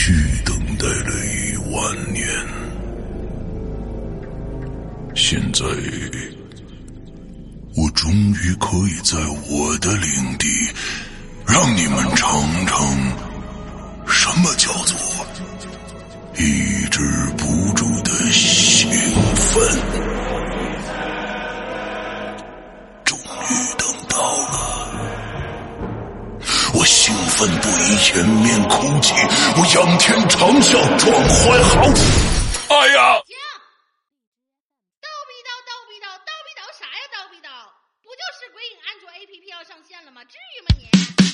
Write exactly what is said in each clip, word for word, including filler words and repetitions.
续等待了一万年，现在我终于可以在我的领地让你们尝尝什么叫做抑制不住的兴奋。终于等到了，我兴奋不已，掩面哭泣，我仰天长啸，壮怀豪情。哎呀！ 停！叨逼叨叨逼叨叨逼叨啥呀？叨逼叨，不就是鬼影安卓 A P P 要上线了吗？至于吗你？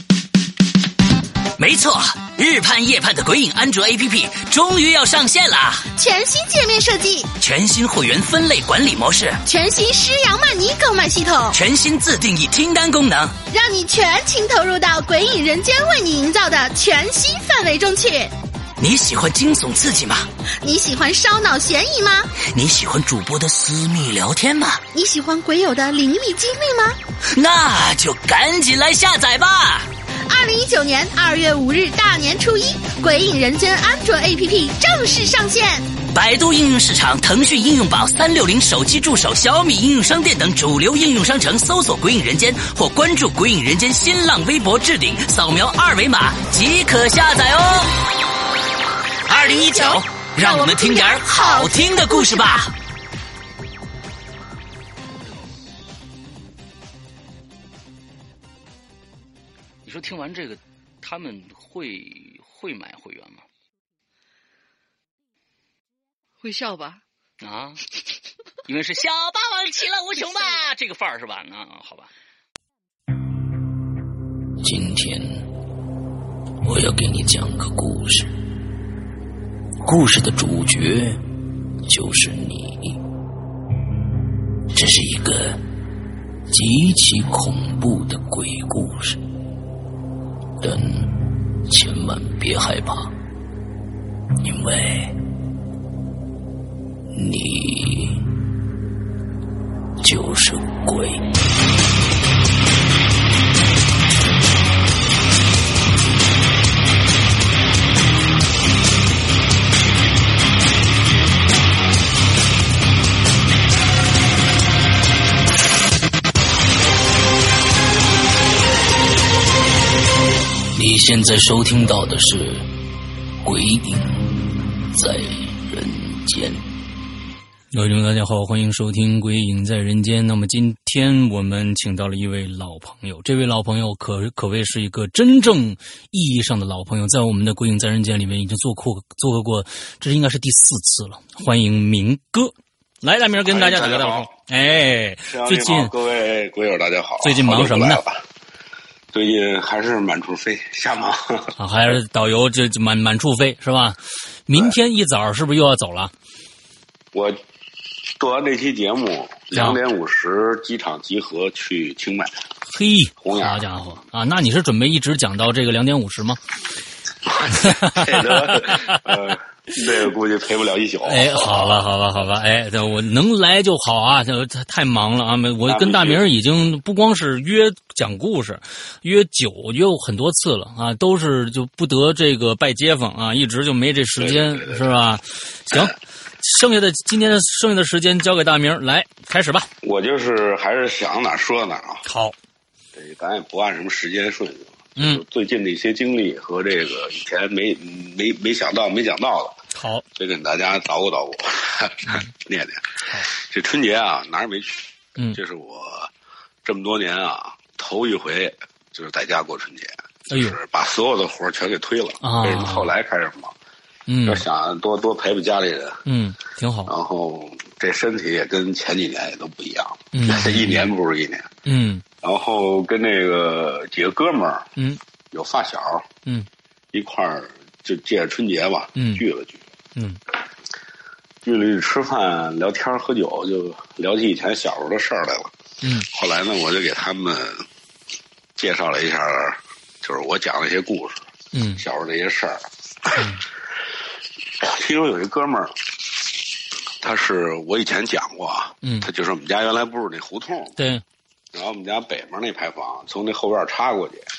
没错，日盼夜盼的鬼影安卓 A P P 终于要上线了。 全新界面设计， 全新会员分类管理模式， 全新施阳曼尼购买系统， 全新自定义清单功能， 让你全情投入到鬼影人间为你营造的全新氛围中去。 你喜欢惊悚刺激吗？ 你喜欢烧脑悬疑吗？ 你喜欢主播的私密聊天吗？ 你喜欢鬼友的灵异经历吗？ 那就赶紧来下载吧！ 二零一九年二月五日大年初一，鬼影人间安卓 A P P 正式上线。 百度应用市场、腾讯应用宝、三六零手机助手、小米应用商店等主流应用商城搜索鬼影人间，或关注鬼影人间新浪微博置顶，扫描二维码即可下载哦。二零一九，让我们听点好听的故事吧。你说听完这个，他们会会买会员吗？ 会笑吧？ 啊，因为是小霸王其乐无穷吧，这个范儿是吧？啊，好吧。今天我要给你讲个故事，故事的主角就是你。这是一个极其恐怖的鬼故事，但千万别害怕，因为你就是鬼。你现在收听到的是《鬼影在人间》。各位听众大家好，欢迎收听《鬼影在人间》。那么今天我们请到了一位老朋友，这位老朋友可可谓是一个真正意义上的老朋友，在我们的《鬼影在人间》里面已经做过做过过，这应该是第四次了。欢迎明哥，来，大明跟大家打个招呼。哎，最近各位鬼友大家好， 最近忙什么呢？ 最近还是满处飞，瞎忙啊，还是导游这满满处飞是吧？明天一早是不是又要走了？ 我做完这期节目，两点五十机场集合去清迈。 嘿， 红好家伙啊！那你是准备一直讲到这个两点五十吗？ 这个呃，这个估计陪不了一宿。 哎，好吧，好吧，好吧，哎，我能来就好啊，这太忙了啊！我跟大明已经不光是约讲故事，约酒约过很多次了啊，都是就不得这个拜街坊啊，一直就没这时间， 对对对是吧？行，剩下的今天的剩下的时间交给大明，来开始吧。 我就是还是想哪说哪啊。 好， 这咱也不按什么时间顺序。 嗯， 最近的一些经历和这个以前没没没想到没讲到的， 好， 得跟大家捣鼓捣鼓，念念。这春节啊，哪儿没去？ 嗯， 这是我这么多年啊头一回，就是在家过春节，就是把所有的活全给推了。 啊， 为什么后来开始忙？ 嗯， 要想多多陪陪家里人。 嗯，挺好。 然后这身体也跟前几年也都不一样， 嗯， 一年不如一年。 嗯。 然后跟那个几个哥们儿， 嗯， 有发小， 嗯， 一块儿就借着春节吧， 嗯， 聚了聚， 嗯， 聚了聚吃饭聊天喝酒，就聊起以前小时候的事儿来了。 嗯， 后来呢，我就给他们介绍了一下，就是我讲的一些故事， 嗯， 小时候这些事儿。 嗯， 其中有一哥们儿，他是我以前讲过啊， 嗯， 他就是我们家原来不是那胡同， 对。 然后我们家北面那排房从那后院插过去，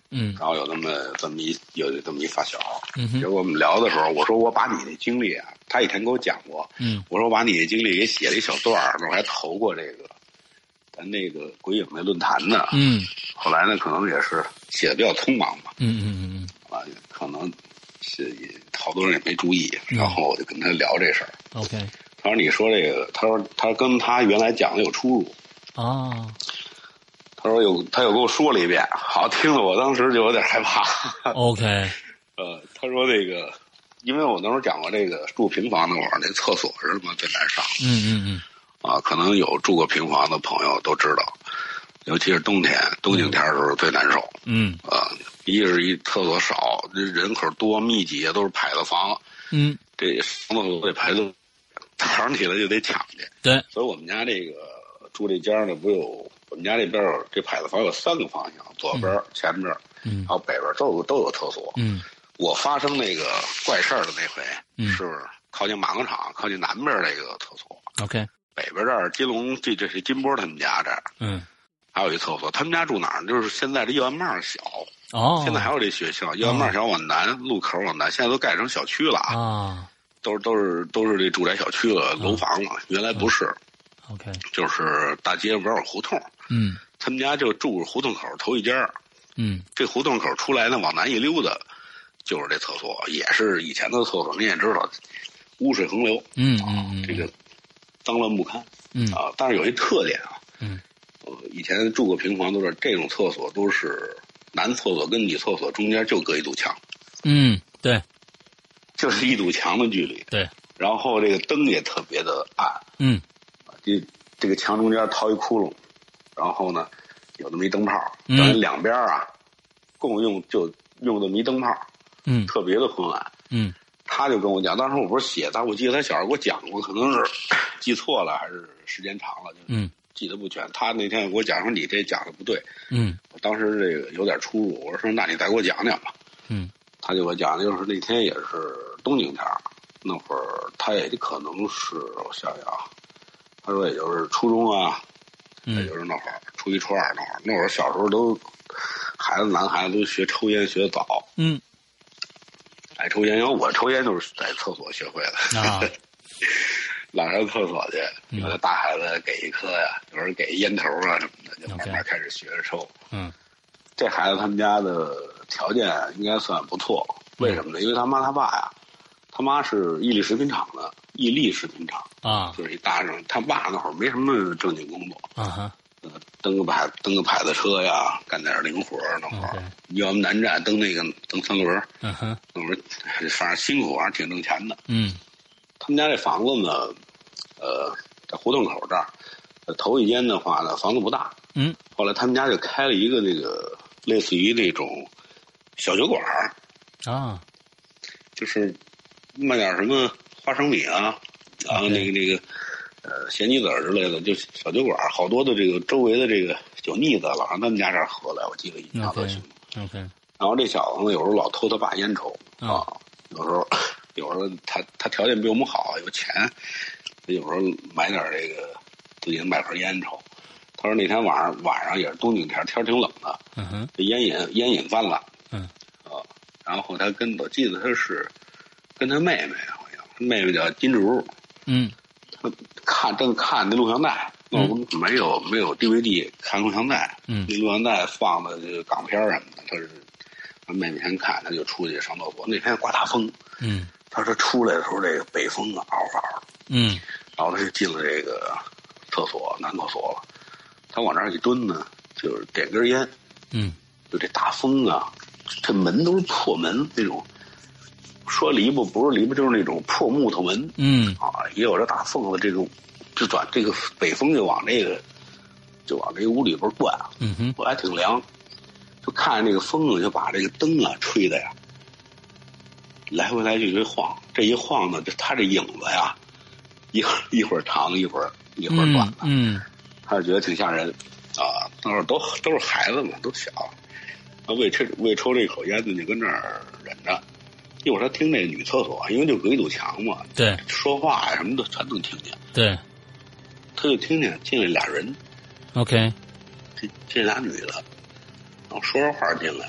嗯， 然后有那么这么一有这么一发小， 嗯哼， 结果我们聊的时候，我说我把你的经历啊，他以前给我讲过， 嗯， 我说我把你的经历给写了一小段儿，那我还投过这个咱那个鬼影那论坛呢， 嗯， 后来呢可能也是写的比较匆忙嘛， 嗯嗯嗯嗯， 啊，可能是好多人也没注意，然后我就跟他聊这事儿。 OK， 他说你说这个，他说他跟他原来讲的有出入啊。 他说有，他又跟我说了一遍，好，听了我当时就有点害怕。 OK， 呃，他说这个，因为我那时候讲过这个住平房那会儿，那厕所是什么最难上。 嗯嗯嗯。 啊，可能有住过平房的朋友都知道，尤其是冬天，冬景天的时候最难受。 嗯。 啊，一是一厕所少，人口多密集，都是排子房。 嗯。 这上厕所得排队，早上起来就得抢去。 对。 所以我们家这个住这家呢，不有。我们家这边这排子房有三个方向，左边、嗯、前边，嗯，还有北边都有都有厕所。嗯，我发生那个怪事儿的那回，嗯，是靠近马工厂，靠近南边那个厕所。 OK， 北边这儿金龙这这是金波他们家这儿，嗯，还有一厕所。他们家住哪儿？就是现在这叶湾帽小哦，现在还有这学校，叶湾帽小往南，路口往南，现在都盖成小区了啊，都是都是都是这住宅小区了，楼房了，原来不是。 OK， 就是大街边有胡同，嗯，他们家就住胡同口头一家，嗯，这胡同口出来呢，往南一溜达，就是这厕所，也是以前的厕所，你也知道，污水横流，嗯嗯嗯，这个脏乱不堪，嗯啊，但是有一特点啊，嗯，呃，以前住过平房都是这种厕所都是男厕所跟女厕所中间就隔一堵墙， 嗯，对， 就是一堵墙的距离， 对， 然后这个灯也特别的暗，嗯。这这个墙中间掏一窟窿，然后呢，有那么一灯泡，等于两边啊，共用就用这么一灯泡，嗯，特别的昏暗，嗯，他就跟我讲，当时我不是写，但我记得他小时候给我讲过，可能是记错了，还是时间长了，就嗯，记得不全。他那天给我讲说你这讲的不对，嗯，我当时这个有点出入，我说那你再给我讲讲吧，嗯，他就给我讲，就是那天也是冬景天，那会儿他也可能是我想想啊。他说也就是初中啊，也就是那会儿初一初二那会儿，那会儿小时候都孩子男孩子都学抽烟学得早，嗯，爱抽烟，因为我抽烟就是在厕所学会的，啊，老上厕所去，有的大孩子给一颗呀，有人给烟头啊什么的，就慢慢开始学着抽，嗯，这孩子他们家的条件应该算不错，为什么呢？因为他妈他爸呀。他妈是伊利食品厂的，伊利食品厂啊，就是一大上。他爸那会儿没什么正经工作啊哈，呃，蹬个牌蹬个牌子车呀，干点零活那会儿。要我们南站蹬那个蹬三轮，嗯哼，那会儿反正辛苦，反正挺挣钱的。嗯，他们家这房子呢，呃，在胡同口这儿，头一间的话呢，房子不大。嗯，后来他们家就开了一个那个类似于那种小酒馆啊，就是。卖点什么花生米啊，然后那个那个，呃，咸鸡子之类的，就小酒馆，好多的这个周围的这个酒腻子老上他们家这儿喝来，我记得印象特清。OK。然后这小子呢，有时候老偷他爸烟抽啊，有时候有时候他他条件比我们好，有钱，有时候买点这个自己买盒烟抽。他说那天晚上晚上也是冬景天，天挺冷的，嗯哼，这烟瘾烟瘾犯了，嗯啊，然后他跟我记得他是。跟他妹妹好像，他妹妹叫金竹，嗯，他看正看那录像带，那我们没有没有 D V D 看录像带，嗯，那录像带放的这个港片什么的，他是他妹妹先看，他就出去上厕所。那天刮大风，嗯，他说出来的时候这个北风啊嗷嗷，嗯，然后他就进了这个厕所男厕所了，他往那儿一蹲呢，就是点根烟，嗯，就这大风啊，这门都是破门那种。说篱笆不是篱笆，就是那种破木头门，嗯啊，也有这大缝子，这种就转这个北风就往这个就往这个屋里边灌，嗯哼，我还挺凉，就看着那个风啊，就把这个灯啊吹的呀，来回来去就晃，这一晃呢，就他这影子呀，一会儿一会儿长，一会儿一会儿短，嗯，他就觉得挺吓人啊。那会儿都都是孩子嘛，都小，啊，为抽为抽这口烟呢，就跟那儿忍着。一会儿他听那女厕所，因为就隔一堵墙嘛， 对， 说话呀什么的全能听见。 对， 他就听见进来俩人 ，OK， 这这俩女的，然后说着话进来了，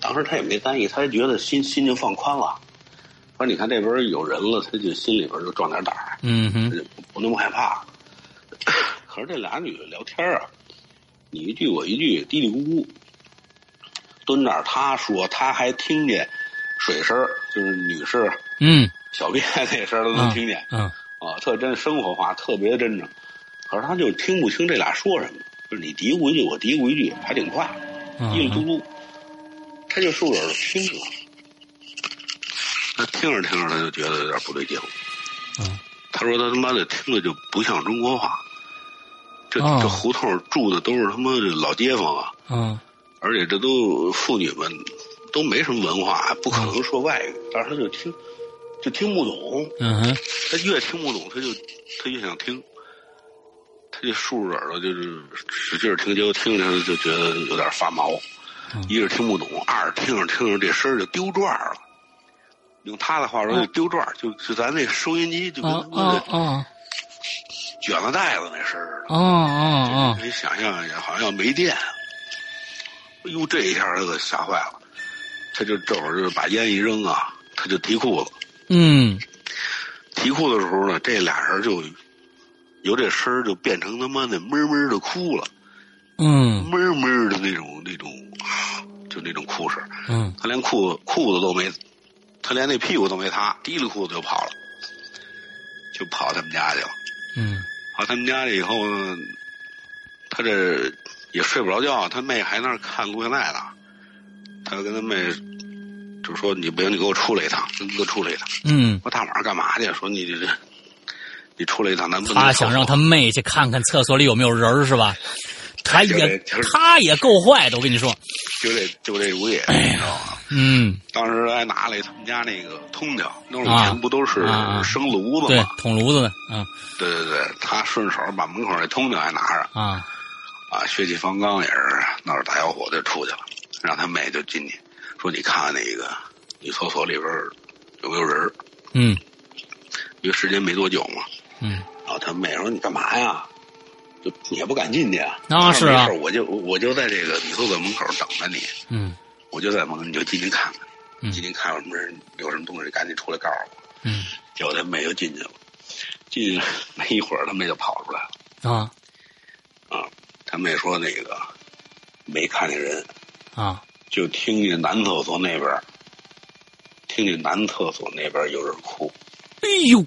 当时他也没在意，他觉得心心就放宽了。说你看这边有人了，他就心里边就壮点胆儿， 嗯哼， 就不那么害怕。可是这俩女的聊天啊，你一句我一句，嘀嘀咕咕，蹲那儿。他说他还听见水声，就是女士嗯小便那声都能听见， 嗯啊，特真生活化，特别真诚。可是他就听不清这俩说什么，就是你嘀咕一句，我嘀咕一句，还挺快，叽里嘟噜，他就竖着耳朵听着。他听着听着，他就觉得有点不对劲。 嗯， 他说他他妈的听着就不像中国话。这、 哦、 这胡同住的都是他妈的老街坊啊。 嗯， 而且这都妇女们都没什么文化，不可能说外语，嗯、但是他就听，就听不懂。 嗯哼， 他越听不懂，他就他越想听。他就竖着耳朵，就是使劲听，结果听着就觉得有点发毛。嗯、一是听不懂，二听着听着这声就丢转了。用他的话说，就丢转，哦、就就咱那个收音机就跟他妈的卷了带子那声儿。 哦哦哦， 可以想象一下，好像要没电。哎呦，这一下他给吓坏了，他就这会儿就把烟一扔啊，他就提裤子。 嗯， 提裤子的时候呢，这俩人就由这声儿就变成他妈的闷闷的哭了。 嗯， 闷闷的那种那种，就那种哭声。 嗯， 他连裤子裤子都没。他连那屁股都没擦，提了裤子就跑了，就跑他们家去了。 嗯， 跑他们家去以后呢，他这也睡不着觉，他妹还那儿看录像带呢。他跟他妹就说：“你不行，你给我出来一趟，你给我出来一趟。” 嗯， 我大晚上干嘛去？说你这你出来一趟，咱不能。 他想让他妹去看看厕所里有没有人是吧？他也他也够坏的，我跟你说。 就这就这主意， 哎呀，嗯， 当时还拿了他们家那个通条，那以前不都是生炉子吗？ 对，捅炉子的，嗯， 对对对，他顺手把门口那通条还拿着， 啊啊，血气方刚也是闹着大小伙就出去了，让他妹就进去，说你看那个女厕所里边有没有人？ 嗯， 因为时间没多久嘛， 嗯， 然后他妹说你干嘛呀？就你也不敢进去啊？ 啊，是啊， 我就我就在这个女厕所门口等着你。 嗯， 我就在门口，你就进去看看， 嗯、 进去看有什么人，有什么东西，赶紧出来告诉我。 嗯， 结果他妹就进去了，进去没一会儿，他妹就跑出来了。 啊啊，他妹说那个没看见人啊， 就听见男厕所那边，听见男厕所那边有人哭。 哎呦！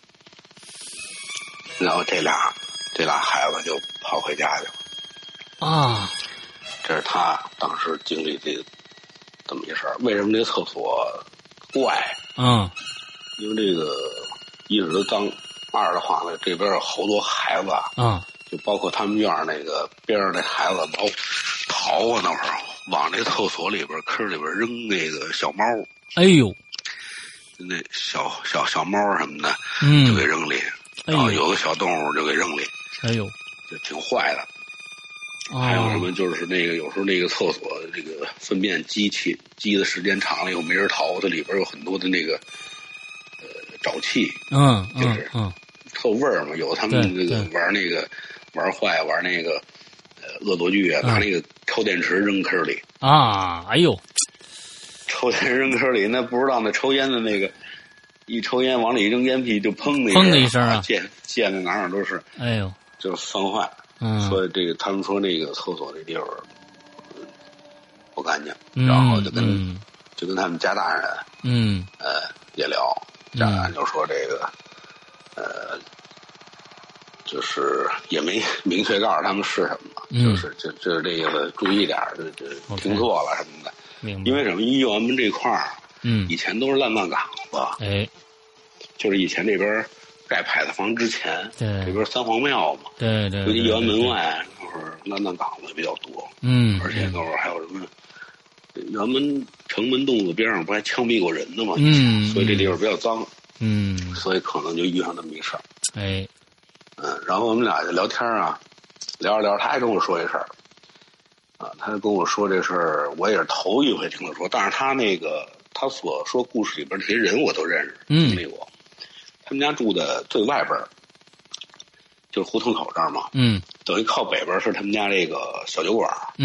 然后这俩这俩孩子就跑回家去了。 啊， 这是他当时经历这个这么一事儿。为什么这厕所怪？ 嗯， 因为这个一是它脏，二的话呢，这边有好多孩子啊， 嗯， 就包括他们院那个边上那孩子老淘啊，那会儿往那厕所里边坑里边扔那个小猫。 哎呦， 那小小小猫什么的， 嗯， 就给扔里。然后有个小动物就给扔里， 哎呦， 就挺坏的。 哦、 还有什么就是那个有时候那个厕所这个粪便积气积的时间长了以后没人掏，它里边有很多的那个呃沼气， 嗯， 就是嗯特味儿嘛。有他们这个玩那个玩坏玩那个呃恶作剧啊，拿那个抽电池扔坑里啊，哎呦， 抽电池扔坑里，那不知道那抽烟的那个。一抽烟往里一扔烟屁就砰的砰的一声啊， 溅溅的哪哪都是， 哎呦， 就是放坏。 嗯， 所以这个他们说那个厕所那地方不干净， 嗯、 然后就跟、 嗯、 就跟他们家大人， 嗯， 呃，也聊，家大人就说这个，嗯、呃，就是也没明确告诉他们是什么， 嗯、 就是就就是这个注意点，这这听错了什么的。 明白。 因为什么？医院门这块儿。 嗯， 以前都是烂葬岗子， 哎， 就是以前这边盖牌子房之前， 对， 这边三皇庙嘛， 对对， 尤其园门外那会儿烂葬岗子比较多， 嗯， 而且那会儿还有什么园门城门洞子边上不还枪毙过人的嘛， 嗯， 所以这地方比较脏， 嗯， 所以可能就遇上这么一事儿， 哎， 嗯，然后我们俩就聊天啊，聊着聊着，他还跟我说一事儿，啊，他跟我说这事儿，我也是头一回听他说，但是他那个。他所说故事里边这些人我都认识，经历过。他们家住的最外边，就是胡同口这儿嘛。 嗯。 等于靠北边是他们家这个小酒馆。 嗯。 后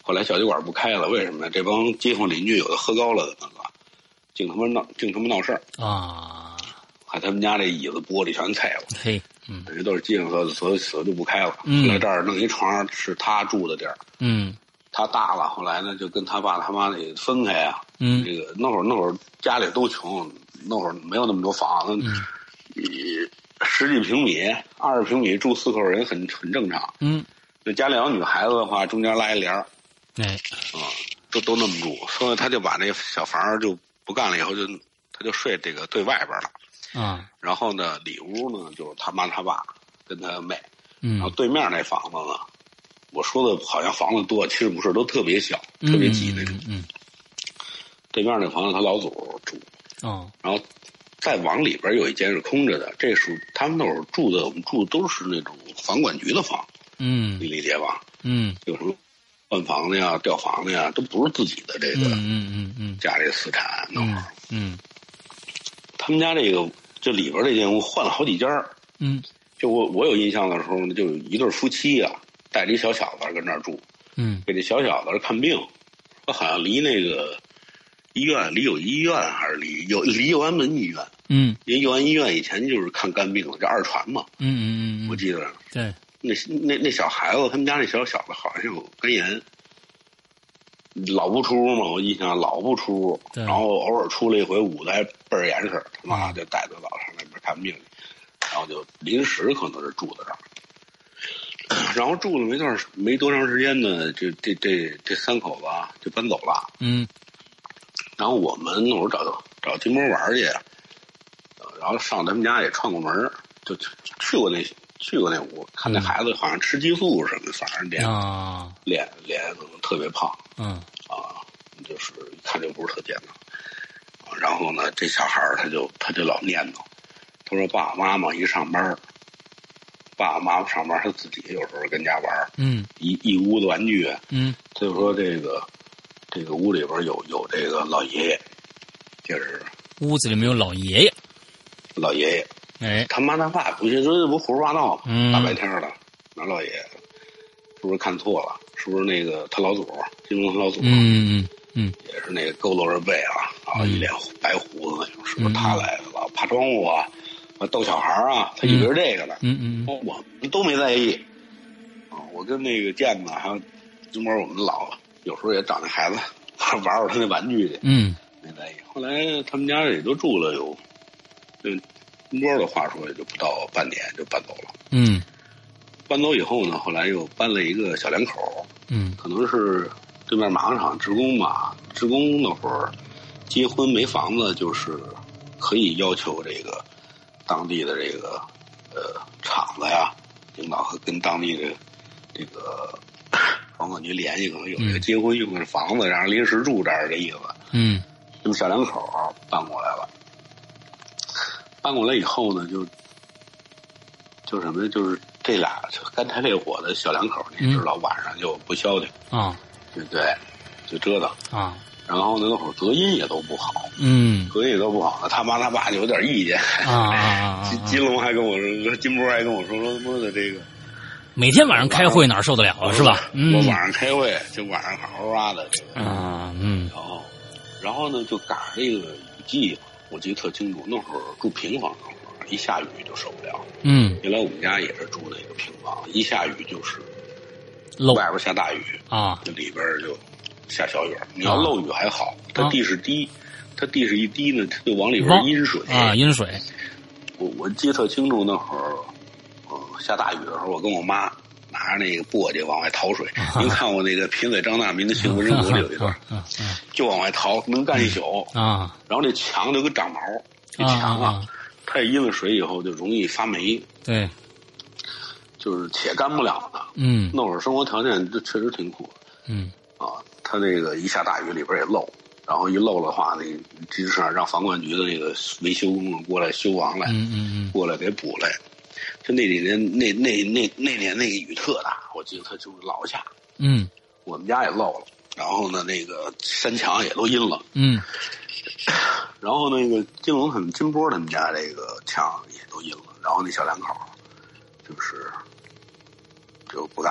后来小酒馆不开了，为什么呢？这帮街坊邻居有的喝高了的那个，净他妈闹，净他妈闹事儿啊！ 看他们家这椅子玻璃全碎了， 嘿，嗯， 这都是街坊说的，所以所以就不开了。 嗯， 后来这儿弄一床是他住的地儿， 嗯，他大了，后来呢就跟他爸他妈得分开呀。 嗯， 这个那会儿那会儿家里都穷，那会儿没有那么多房子，嗯，十几平米、二十平米住四口人很很正常。 嗯， 那家里有女孩子的话，中间拉一帘儿， 哎， 啊、嗯，都都那么住，所以他就把那小房就不干了，以后就他就睡这个对外边了。 啊， 然后呢，里屋呢就是他妈他爸跟他妹， 嗯， 然后对面那房子呢，我说的好像房子多，其实不是，都特别小，特别挤那种。 嗯，嗯对面那房子他老祖住， 哦， 然后再往里边有一间是空着的，这是他们那会儿住的，我们住的都是那种房管局的房， 嗯， 你理解吧？ 嗯， 有什么换房的呀、调房的呀，都不是自己的这个， 嗯嗯嗯家里私产那会儿， 嗯， 他们家这个这里边这间屋换了好几家， 嗯， 就我我有印象的时候呢，就有一对夫妻啊，带着一小小子跟那儿住， 嗯， 给这小小子看病，他好像离那个医院离有医院还是离有离右安门医院， 嗯， 因为右安医院以前就是看肝病的，叫二传嘛， 嗯嗯嗯， 我记得， 对， 那那那小孩子他们家那小小子好像有肝炎。老不出嘛，我印象老不出，然后偶尔出来一回，捂得还倍儿严实，他妈就带着老上那边看病去，然后就临时可能是住在这儿，然后住了没段没多长时间呢，这这这这三口子啊就搬走了， 嗯， 然后我们那会儿找找金波玩去，然后上他们家也串过门，就去去过那去过那屋，看那孩子好像吃激素什么，反正脸啊脸脸可能特别胖。 嗯啊，就是一看就不是特健康。啊、然后呢，这小孩他就他就老念叨，他说爸爸妈妈一上班，爸爸妈妈上班，他自己有时候跟家玩， 嗯， 一一屋子玩具， 嗯， 他就说这个这个屋里边有有这个老爷爷，就是屋子里面有老爷爷， 老爷爷， 哎， 他妈他爸不信说这不胡说八道吗？ 嗯， 大白天的哪老爷爷，是不是看错了？是不是那个他老祖金龙他老祖？ 嗯嗯嗯， 也是那个佝偻着背啊，然后一脸白胡子那种，是不是他来的？老爬窗户啊，逗小孩啊，他以为是这个呢。 嗯嗯， 我们都没在意啊。我跟那个健子还有金波，我们老有时候也找那孩子玩玩他那玩具去。 嗯， 没在意。后来他们家也都住了有，就金波的话说也就不到半年就搬走了。 嗯。 搬走以后呢，后来又搬了一个小两口， 嗯， 可能是对面马钢厂职工吧，职工那会儿结婚没房子，就是可以要求这个当地的这个呃厂子呀，领导和跟当地的这个房管局联系，可能有这个结婚用的房子，然后临时住这儿的意思。嗯，那么小两口搬过来了，搬过来以后呢，就就什么，就是这俩干柴烈火的小两口，你知道，晚上就不消停啊，对对，就折腾啊。然后呢，那会儿隔音也都不好，嗯，隔音也都不好。他妈他爸就有点意见啊。金金龙还跟我说，金波还跟我说说他妈的这个， 每天晚上开会哪受得了啊，是吧？ 嗯，我晚上开会就晚上好好挖的这个啊，嗯。然后，然后呢，就赶上这个雨季，我记得特清楚，那会儿住平房。一下雨就受不了，嗯，原来我们家也是住那个平房，一下雨就是漏，外边下大雨啊，这里边就下小雨。你要漏雨还好，它地势低，它地势一低呢，它就往里边阴水啊，阴水。 我我记得特清楚，那会儿，呃，下大雨的时候，我跟我妈拿着那个簸箕往外逃水。您看过那个贫嘴张大民的幸福生活里有一段，就往外逃，能干一宿啊。然后这墙就跟长毛，这墙啊。太阴了水以后就容易发霉，对，就是且干不了的。嗯，那会儿生活条件这确实挺苦。嗯，啊，他这个一下大雨里边也漏，然后一漏的话呢，即使让房管局的那个维修工人过来修完了，嗯嗯嗯，过来给补来。就那几年，那那那那年那个雨特大，我记得他就是老下。嗯，我们家也漏了，然后呢，那个山墙也都阴了。嗯。然后那个金龙他们金波他们家这个墙也都阴了，然后那小两口就是就不干了，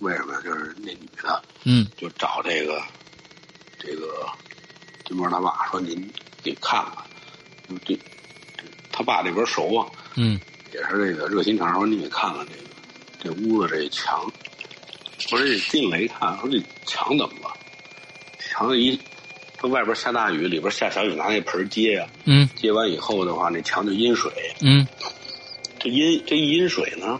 为什么呀？就是那女的， 嗯， 就找这个这个金波他爸说：“您给看看，这这他爸这边熟啊， 嗯， 也是这个热心肠，说你给看看这个这屋子这墙。”我这进来一看，说这墙怎么了？墙一，它外边下大雨，里边下小雨，拿那盆接呀、啊， 嗯， 接完以后的话，那墙就阴水， 嗯， 这阴这一阴水呢，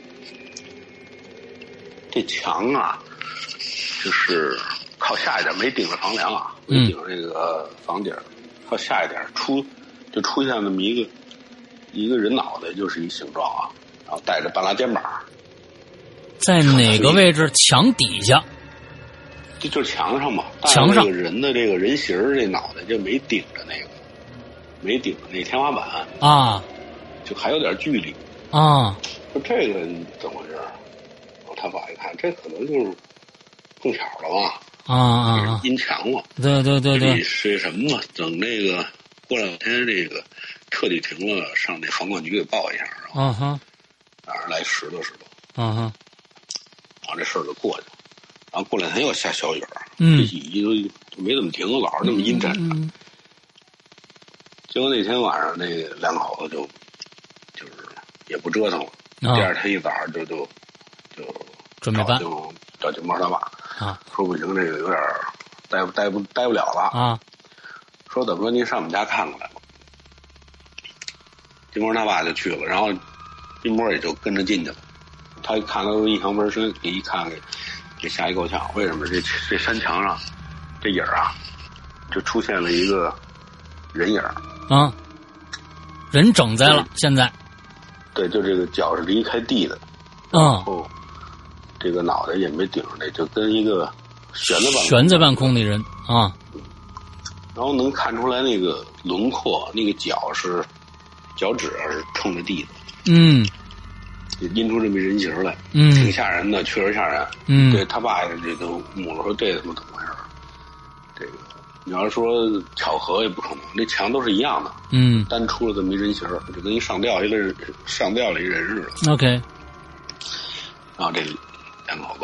这墙啊，就是靠下一点，没顶着房梁啊，没顶着这个房顶，靠下一点出，就出现那么一个一个人脑袋，就是一形状啊，然后带着半拉肩膀。 在哪个位置？墙底下， 这就是墙上嘛。 墙上这个人的这个人形这脑袋就没顶着那个，没顶着那天花板啊， 就还有点距离啊。 说这个怎么回事？我他爸一看，这可能就是碰巧了吧？ 啊啊啊！ 阴墙嘛。 对对对对。 是什么嘛？等那个过两天这个彻底停了，上那房管局给报一下。 嗯哼。 让人来拾掇拾掇。 嗯哼。 然后这事儿就过去了，然后过两天又下小雨儿， 嗯， 这雨就就没怎么停，老是那么阴沉着。 嗯嗯、 结果那天晚上，那两口子就就是也不折腾了， 哦、 第二天一早上就就就准备办， 就找金毛他爸啊， 说不行，这个有点待不待不待不了了啊， 说怎么说您上我们家看看来吧。金毛他爸就去了，然后金毛也就跟着进去了。他一看，他都印象倍儿深，给一看给给吓一够呛。为什么这这山墙上这影儿啊，就出现了一个人影儿啊，人整在了。现在， 对，就这个脚是离开地的， 嗯， 然后这个脑袋也没顶着那，就跟一个悬在半空悬在半空的人啊。 然后能看出来那个轮廓，那个脚是脚趾是冲着地的。 嗯。 印出这么人形来， 嗯， 挺吓人的，确实吓人。 嗯， 对他爸这都母了说这他妈怎么回事？这个你要是说巧合也不可能，这墙都是一样的。 嗯， 单出了这么一人形，就跟一上吊一个人上吊了一人似的。 OK。 然后这两口子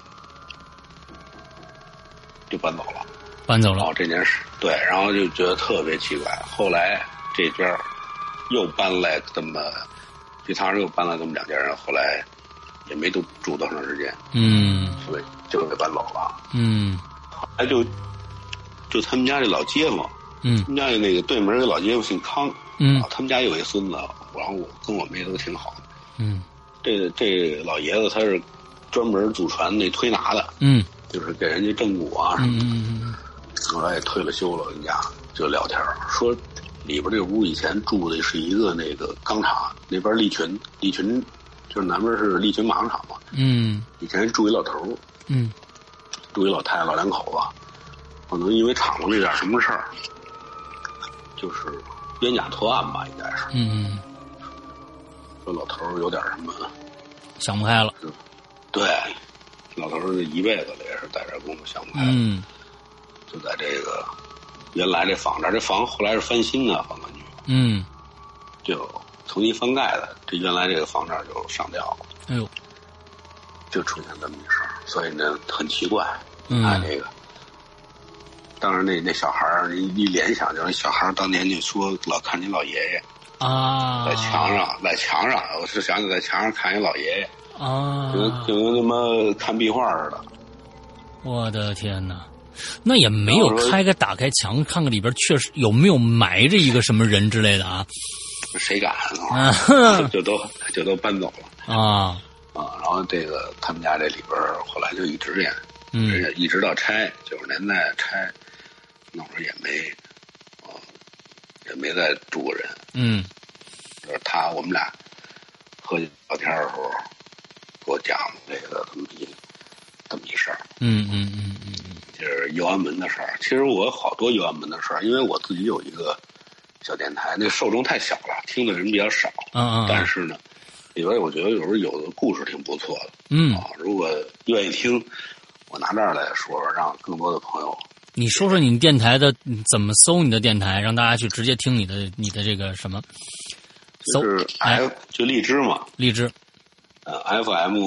就搬走了， 搬走了。 然后这件事，对，然后就觉得特别奇怪。后来这边又搬来这么。这趟又搬了这么两家人，后来也没都住多长时间， 嗯， 所以就给搬走了， 嗯， 后来就就他们家这老街坊， 嗯， 他们家那个对门的老街坊姓康， 嗯， 他们家有一孙子，然后我跟我妹都挺好的， 嗯， 这这老爷子他是专门祖传那推拿的， 嗯， 就是给人家正骨啊什么的， 嗯嗯嗯， 后来也退了休了，人家就聊天说。里边这屋以前住的是一个那个钢厂，那边利群，利群就是南边是利群马钢厂嘛。嗯。以前住一老头，嗯，住一老太太，老两口子，可能因为厂子里点什么事儿，就是冤假错案吧，应该是。嗯。说老头有点什么想不开了。 对，老头这一辈子也是在这工作想不开了。嗯。就在这个。原来这房这这房后来是翻新的房管局，嗯，就重新翻盖的，这原来这个房这就上吊了，哎呦，就出现这么一事儿，所以呢很奇怪，嗯，看这个，当然那那小孩儿一一联想就是小孩儿当年就说老看见老爷爷啊，在墙上在墙上，我是想起在墙上看见老爷爷啊，就跟就跟他妈看壁画似的， 我的天哪！那也没有开开打开墙看看里边确实有没有埋着一个什么人之类的啊？ 谁敢啊？就都就都搬走了啊啊！然后这个他们家这里边后来就一直这样，嗯，一直到拆九十年代拆，那会儿也没啊，也没再住过人，嗯，就是他我们俩喝酒聊天的时候给我讲这个这么一这么一事儿，嗯嗯嗯嗯。就是右安门的事儿，其实我有好多右安门的事儿，因为我自己有一个小电台，那受众太小了，听的人比较少。嗯嗯。但是呢，里边我觉得有时候有的故事挺不错的。嗯。啊，如果愿意听，我拿这儿来说，让更多的朋友。 你说说你电台的怎么搜你的电台，让大家去直接听你的你的这个什么？ 就是 F 就荔枝嘛。 荔枝。 呃 ，F M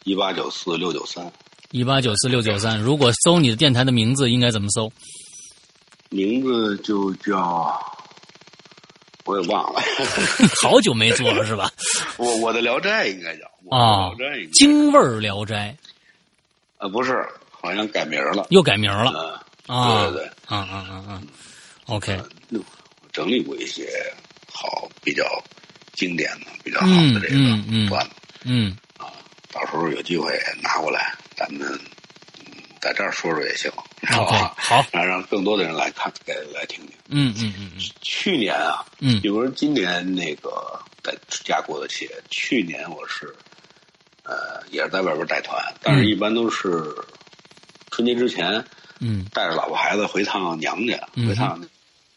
一八九四六九三。 一八九四六九三。如果搜你的电台的名字，应该怎么搜？ 名字就叫。我也忘了， 好久没做了是吧？ 我我的聊斋应该叫啊，京味儿聊斋， 啊不是，好像改名了， 又改名了， 嗯、啊，对对对， 啊啊啊啊 ，OK， 我整理过一些好比较经典的、比较好的这个段子， 嗯啊，到时候有机会拿过来，咱们在这儿说说也行。 OK， 好， 让让更多的人来看，来来听听。 嗯嗯嗯嗯。 去年啊， 嗯， 比如说今年那个在家过的节，去年我是，呃，也是在外边带团，但是一般都是春节之前， 嗯， 带着老婆孩子回趟娘家， 嗯、 回趟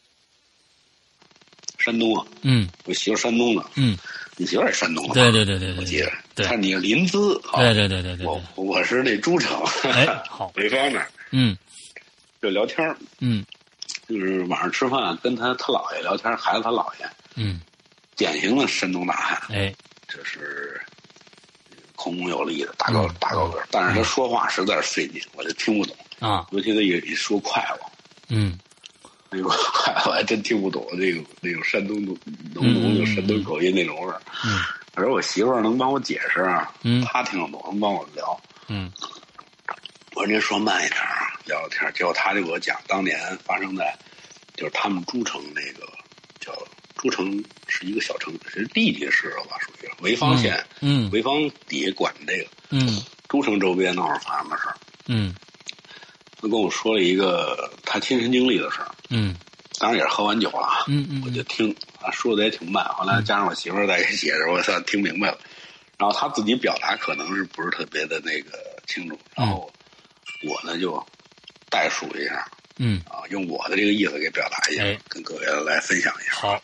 山东啊。 嗯， 我媳妇山东的。 嗯， 你媳妇也山东的吧？ 对对对对对， 我记得。 对， 看你临淄。 对对对对对。 我我是那诸城。 哎，好， 潍坊那儿。 嗯。 就聊天嗯， 就是晚上吃饭跟他他姥爷聊天，孩子他姥爷， 嗯， 典型的山东大汉， 哎， 这是孔孔有力的大高、嗯、大高个，但是他说话实在是费劲，我就听不懂啊， 尤其他一一说快了， 嗯， 那个快了还真听不懂那种那种山东浓浓的山东口音那种味儿， 嗯， 而我媳妇儿能帮我解释啊， 嗯， 她听得懂，能帮我聊， 嗯。 我说您说慢一点啊，聊聊天。结果他就给我讲，当年发生在，就是他们诸城那个叫诸城是一个小城，是地级市了吧，属于潍坊县。 嗯， 潍坊底下管这个。 嗯， 诸城周边那会儿发生的事儿。 嗯， 他跟我说了一个他亲身经历的事儿。 嗯， 当然也是喝完酒了。 嗯嗯， 我就听他说的也挺慢，后来加上我媳妇儿再给解释，我算听明白了。然后他自己表达可能是不是特别的那个清楚，然后。我呢就代述一下， 嗯啊，用我的这个意思给表达一下， 哎、 跟各位来分享一下。 好，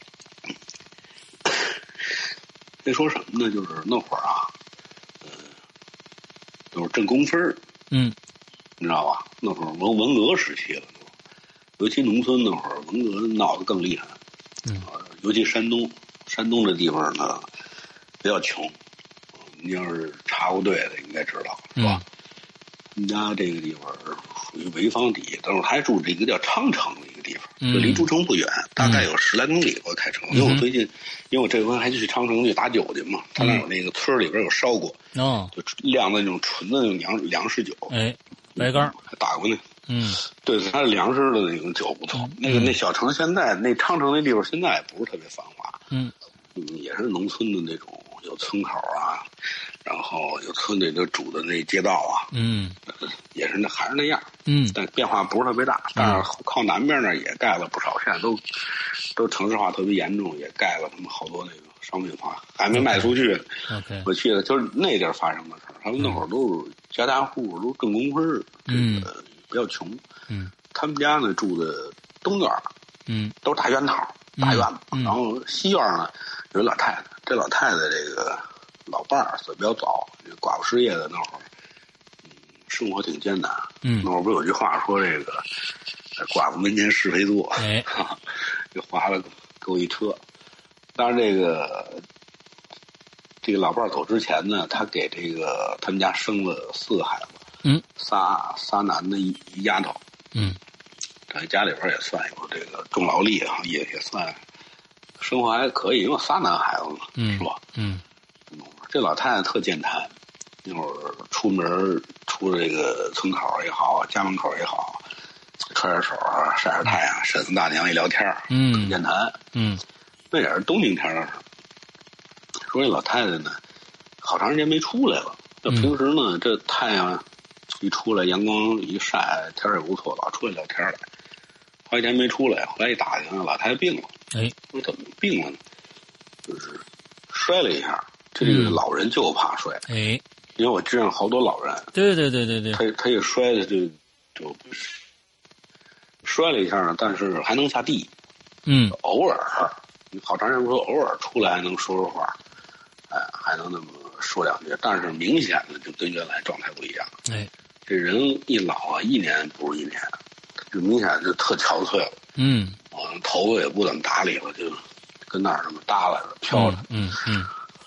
那说什么呢？就是那会儿啊，呃，都是挣工分儿， 嗯， 你知道吧？那会儿文文革时期了，尤其农村那会儿，文革闹得更厉害， 嗯、 呃，尤其山东，山东这地方呢比较穷，你要是查过队的应该知道，是吧？ 嗯我们家这个地方属于潍坊底，但是我还住这个叫昌城的一个地方， 嗯、 就离诸城不远，大概有十来公里。我开车， 嗯、 因为我最近，因为我这回还去昌城去打酒去嘛，他那有那个村里边有烧过， 哦， 就酿的那种纯的那种粮粮食酒， 哎，白干还打过那， 嗯， 对，它是粮食的那种酒不错。 嗯、 那个那小城现在那昌城那地方现在也不是特别繁华， 嗯， 嗯，也是农村的那种，有村口啊。然后有村里头煮的那街道啊， 嗯， 也是那还是那样， 嗯， 但变化不是特别大。但是靠南边呢也盖了不少，现在都都城市化特别严重，也盖了他们好多那个商品房，还没卖出去。 OK， 我去的就是那地儿发生的事儿，他们那会儿都是家家户户都挣工分儿， 嗯， 这个比较穷， 嗯， 他们家呢住的东院， 嗯， 都是大院套，大院子， 嗯、 然后西院呢有一老太太，这老太太这个。老伴儿死比较早，寡妇失业的那会儿，嗯，生活挺艰难。 嗯， 那会儿不有句话说这个“寡妇门前是非多”， 哎， 就划了给我一车。当然，这个这个老伴儿走之前呢，他给这个他们家生了四个孩子， 嗯， 仨仨男的，一一丫头， 嗯， 在家里边也算有这个重劳力啊，也也算生活还可以，因为仨男孩子嘛， 嗯， 是吧？ 嗯。 这老太太特健谈，那会儿出门出这个村口也好，家门口也好，揣着手啊，晒晒太阳，婶子大娘一聊天， 嗯， 健谈， 嗯， 那也是冬天天的事。说这老太太呢，好长时间没出来了。这平时呢，这太阳一出来，阳光一晒，天也不错，老出来聊天来。好几天没出来，后来一打听，老太太病了。 哎， 说怎么病了呢？就是摔了一下。这个老人就怕摔， 哎， 因为我知道好多老人， 对对对对对， 他他一摔的就就摔了一下呢，但是还能下地， 嗯， 偶尔，好长时间说偶尔出来还能说说话，哎，还能那么说两句，但是明显的就跟原来状态不一样， 哎， 这人一老啊，一年不如一年，就明显就特憔悴了， 嗯， 啊，头发也不怎么打理了，就跟那儿这么耷拉着飘着， 嗯嗯。嗯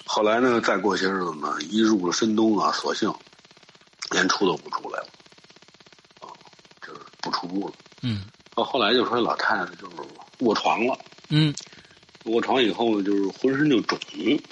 后来呢，再过些日子呢，一入了深冬啊，索性连出都不出来了，啊，就是不出屋了。 嗯。 到后来就说老太太就是卧床了。 嗯。 卧床以后呢，就是浑身就肿，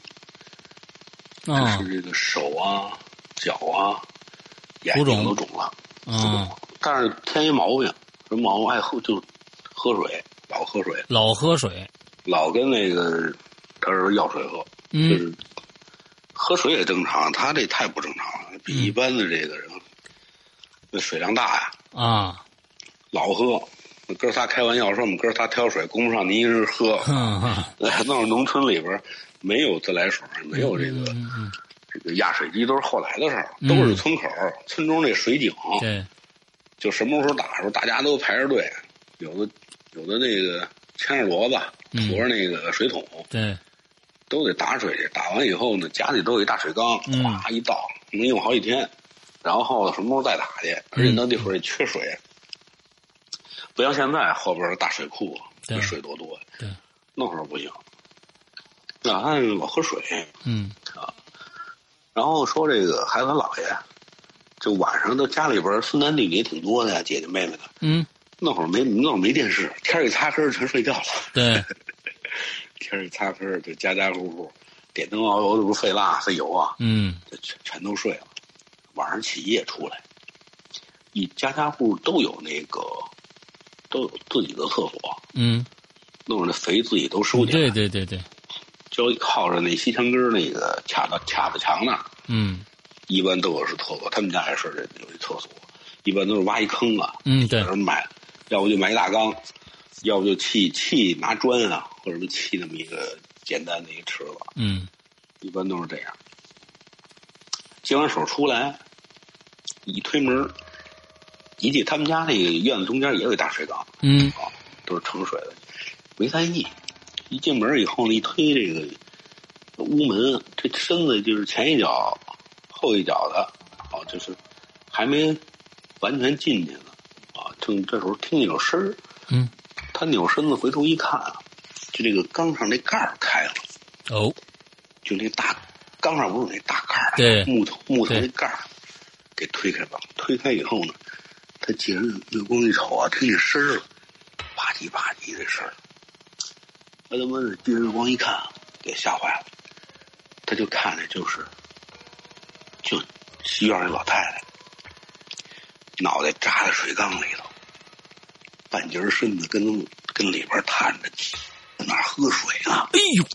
啊， 就是这个手啊、脚啊、眼睛都肿了。 啊， 但是添一毛病，什么毛病？爱喝就喝水，老喝水， 老喝水， 老跟那个他说要水喝， 嗯， 就是喝水也正常，他这太不正常了，比一般的这个人，那、嗯、水量大呀， 啊， 老喝。哥仨开玩笑说我们哥仨挑水供不上您一人喝，那是农村里边没有自来水，没有这个、 嗯嗯、 这个压水机，都是后来的事儿，都是村口、嗯、村中这水井， 对， 就什么时候打的时候大家都排着队，有的有的那个牵着骡子驮着那个水桶， 对， 都得打水去，打完以后呢，家里都有一大水缸，哗、嗯、一倒能用好几天，然后什么时候再打去，而且那地方也缺水。嗯，不像现在后边的大水库，这水多多呀！ 对， 那会儿不行。老太太老喝水， 嗯啊，然后说这个孩子姥爷，就晚上都家里边孙男弟弟也挺多的呀，姐姐妹妹的。 嗯， 那会儿没那会儿没电视，天一擦黑全睡觉了。 对， 天一擦黑就家家户户点灯熬油的不是费蜡费油啊， 嗯， 就全全都睡了。晚上起夜出来，一家家户都有那个。都有自己的厕所， 嗯， 弄着那肥自己都收起来， 对对对对， 就靠着那西墙根那个卡子卡子墙那儿， 嗯， 一般都有是厕所，他们家也是有一厕所，一般都是挖一坑啊， 嗯，对， 买，要不就买一大缸，要不就砌砌拿砖啊，或者是砌那么一个简单的一个池子， 嗯， 一般都是这样。接完手出来，一推门。一进他们家那个院子中间也有一大水缸， 嗯， 啊，都是盛水的，没在意。一进门以后呢，一推这个屋门，这身子就是前一脚后一脚的，啊，就是还没完全进去呢，啊，正这时候听见有声儿， 嗯， 他扭身子回头一看啊，就这个缸上那盖儿开了， 哦， 就那大缸上不是有那大盖儿， 对， 木头木头那盖儿给推开了，推开以后呢。他借着月光一瞅啊，听见声儿了，吧唧吧唧这声儿。他他妈的借月光一看，给吓坏了。他就看着就是，就西院那老太太，脑袋扎在水缸里头，半截身子跟跟里边探着，在那儿喝水呢。 哎呦！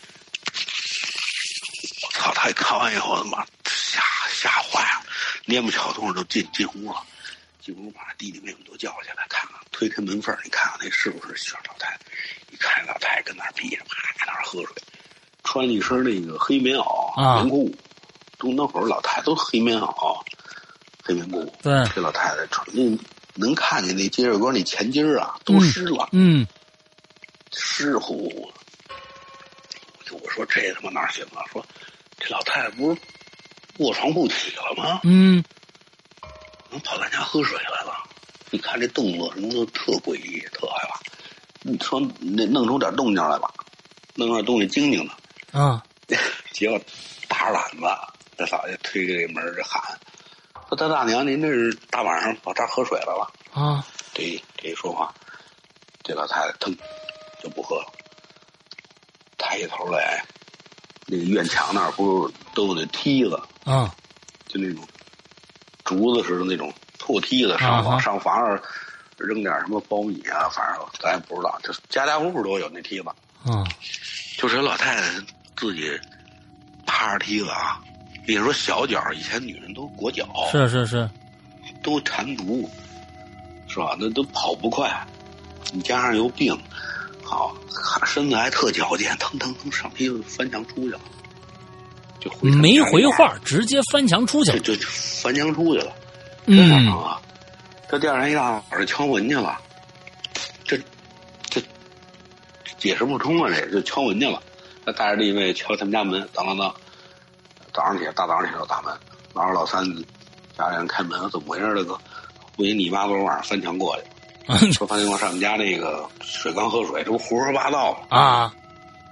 我操！他一看完以后，他妈吓吓坏了，蔫不巧动都进进屋了。进屋把弟弟妹妹都叫起来看看，推开门缝，你看看那是不是西院老太太？一看老太太跟那儿闭着，啪在那儿喝水，穿一身那个黑棉袄、 啊、 棉裤，都那会儿老太太都黑棉袄、黑棉裤。 对， 这老太太穿那能看见那接着哥那前襟啊都湿了， 嗯，嗯湿乎乎的。就我说这他妈哪行啊？说这老太太不是卧床不起了吗？ 嗯。 能跑咱家喝水来了，你看这动作什么都特诡异，特害怕。你说那弄出点动静来吧，弄出点东西精精的啊！ 结果大着胆子，这嫂子推开这门就喊：“说大大娘，您这是大晚上跑这儿喝水来了？” 啊！ 这这一说话，这老太太腾就不喝了，抬起头来，那个院墙那儿不是都有那梯子啊？ 就那种。竹子似的那种破梯子上房、啊、上房上扔点什么苞米啊，反正咱也不知道，就家家户户都有那梯子。 啊， 就是老太太自己趴着梯子啊，比如说小脚，以前女人都裹脚， 是是是， 都缠足，是吧？那都跑不快，你加上有病，好身子还特矫健，腾腾腾上梯子翻墙出去了。就回没回话，直接翻墙出去了， 就就翻墙出去了。 嗯啊，这第二天一大早就敲门去了，这这解释不通啊！这就敲门去了。他带着弟妹敲他们家门，当当当，早上起来大早上起来打门，老二老三家里人开门，怎么回事大哥？不行，你妈昨天晚上翻墙过去，说翻墙过上我们家那个水缸喝水，这不胡说八道啊！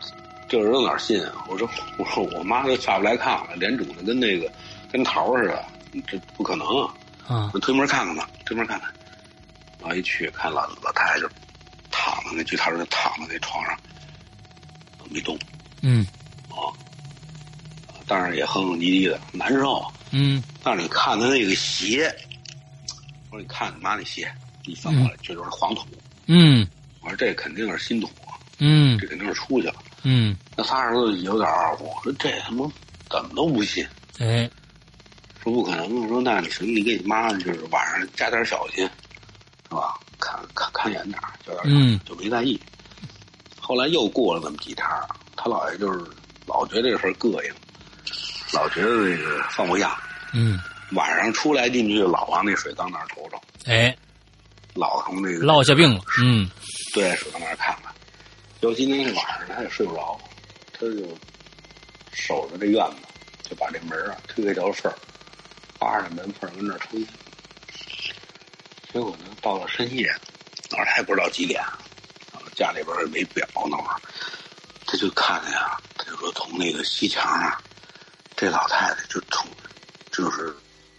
这人哪信啊？我说我说我妈都下不来炕了，脸肿的跟那个跟桃似的，这不可能啊！ 啊， 我推门看看吧，推门看看，然后一去看老老太太就躺在那据她说就躺在那床上没动， 嗯， 啊，但是也哼哼唧唧的难受， 嗯， 但是你看她那个鞋，我说你看你妈那鞋，一翻过来这就是黄土， 嗯， 我说这肯定是新土啊， 嗯， 这肯定是出去了。 嗯， 那仨儿子有点二乎，说这他妈怎么都不信， 哎， 说不可能，说那你行，你给你妈就是晚上加点小心，是吧？看看看远点，就点嗯， 就没在意。后来又过了那么几天，他姥爷就是老觉得这事儿膈应，老觉得这个放不下， 嗯， 晚上出来进去老往那水缸那儿瞅瞅， 哎， 老从那个落下病了，嗯， 对，水缸那儿看看。就今天晚上他也睡不着，他就守着这院子，就把这门啊推开条缝儿，扒着门缝跟那儿抽烟。结果呢，到了深夜，那会儿他也不知道几点，家里边也没表，那会儿他就看见啊，他就说从那个西墙上，这老太太就从就是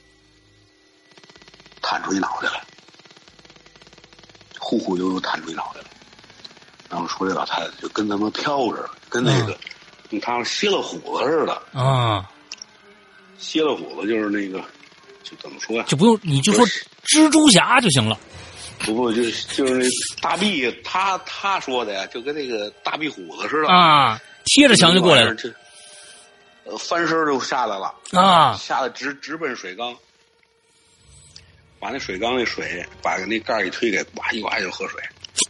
探出一脑袋来，忽忽悠悠探出一脑袋来。然后说这老太太就跟他们飘着，跟那个，跟他歇了虎子似的啊， 歇了虎子就是那个，就怎么说呀？ 就不用你就说蜘蛛侠就行了。 不不，就是就是那大壁，他他说的呀，就跟那个大壁虎子似的啊，贴着墙就过来了， 这呃翻身就下来了啊， 下来直直奔水缸，把那水缸那水把那盖一推开，哇一哇就喝水。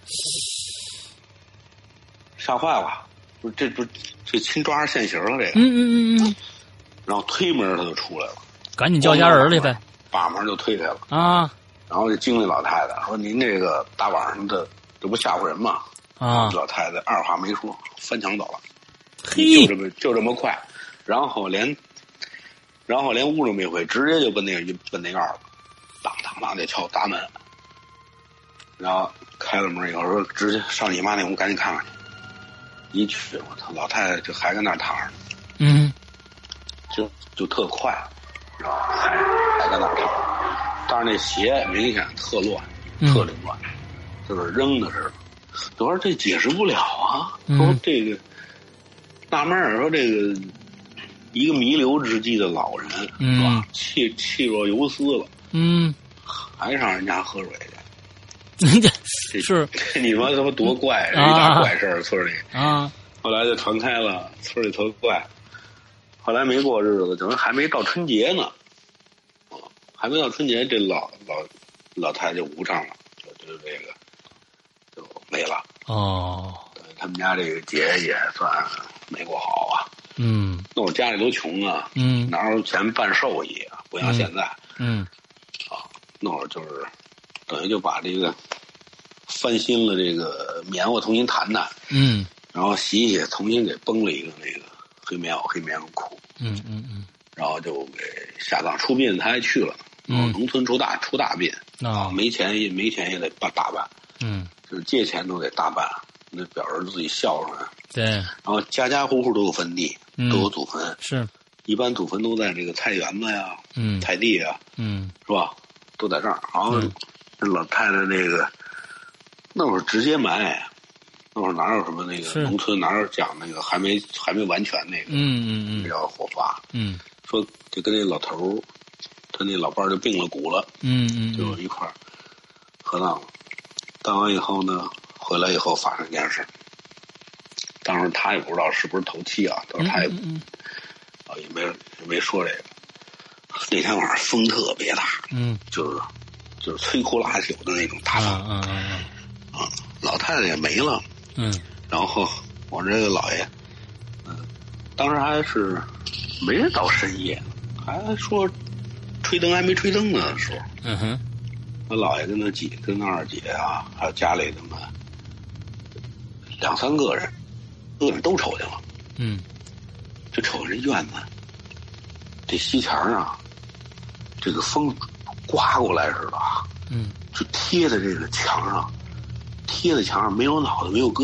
吓坏了，不是这不这亲抓着现行了这个， 嗯嗯嗯嗯， 然后推门他就出来了， 赶紧叫家人来呗， 把门就推开了啊， 然后就惊那老太太说：“您这个大晚上的，这不吓唬人吗？” 啊， 老太太二话没说，翻墙走了， 嘿， 就这么就这么快，然后连，然后连屋都没回，直接就奔那个奔那院了，当当当就敲大门，然后开了门以后说：“直接上你妈那屋赶紧看看去。”一去，我操，老太太就还跟那儿躺着， 嗯， 就就特快，知道吧？还还跟那儿躺着，但是那鞋明显特乱，特凌乱，就是扔的似的。我说这解释不了啊， 嗯、 说这个纳闷儿，说这个一个弥留之际的老人， 嗯、 是吧？气气若游丝了， 嗯， 还上人家喝水去。 这是你说他妈多怪，一大怪事儿，村里啊。 后来就传开了，村里特怪。后来没过日子，等于还没到春节呢，啊，还没到春节，这老老老太太就无常了，就就这个就没了。 哦， 他们家这个节也算没过好啊。 嗯， 那我家里都穷啊， 嗯， 哪有钱办寿仪啊？不像现在， 嗯， 啊，那会儿就是等于就把这个翻新了这个棉花，重新弹弹， 嗯， 然后洗一洗，重新给绷了一个那个黑棉袄、黑棉袄裤， 嗯嗯嗯， 然后就给下葬出殡，他还去了， 嗯， 农村出大出大殡啊， 没钱也没钱也得办大办， 嗯， 就是借钱都得大办，那表示自己孝顺。 对， 然后家家户户都有坟地， 嗯、 都有祖坟， 是， 一般祖坟都在这个菜园子呀， 嗯， 菜地呀， 嗯， 是吧？都在这儿。然后这老太太那个那会儿直接埋，那会儿哪有什么那个农村哪有讲那个还没还没完全那个， 嗯嗯嗯， 要火化， 嗯， 说就跟那老头儿，他那老伴儿就病了骨了， 嗯嗯， 就一块儿合葬了。葬完以后呢，回来以后发生一件事。当时他也不知道是不是头七啊，当时他也、 嗯嗯啊也没也没说这个。那天晚上风特别大， 嗯， 就是就是摧枯拉朽的那种大风， 嗯嗯嗯啊，老太太也没了， 嗯， 然后我这个姥爷，嗯，当时还是没到深夜，还说吹灯还没吹灯呢的时候， 嗯哼， 我姥爷跟他姐跟他二姐啊，还有家里他们两三个人。个人都瞅见了， 嗯， 就瞅着这院子，这西墙啊，这个风刮过来似的啊， 嗯， 就贴在这个墙上，贴在墙上，没有脑袋，没有胳膊，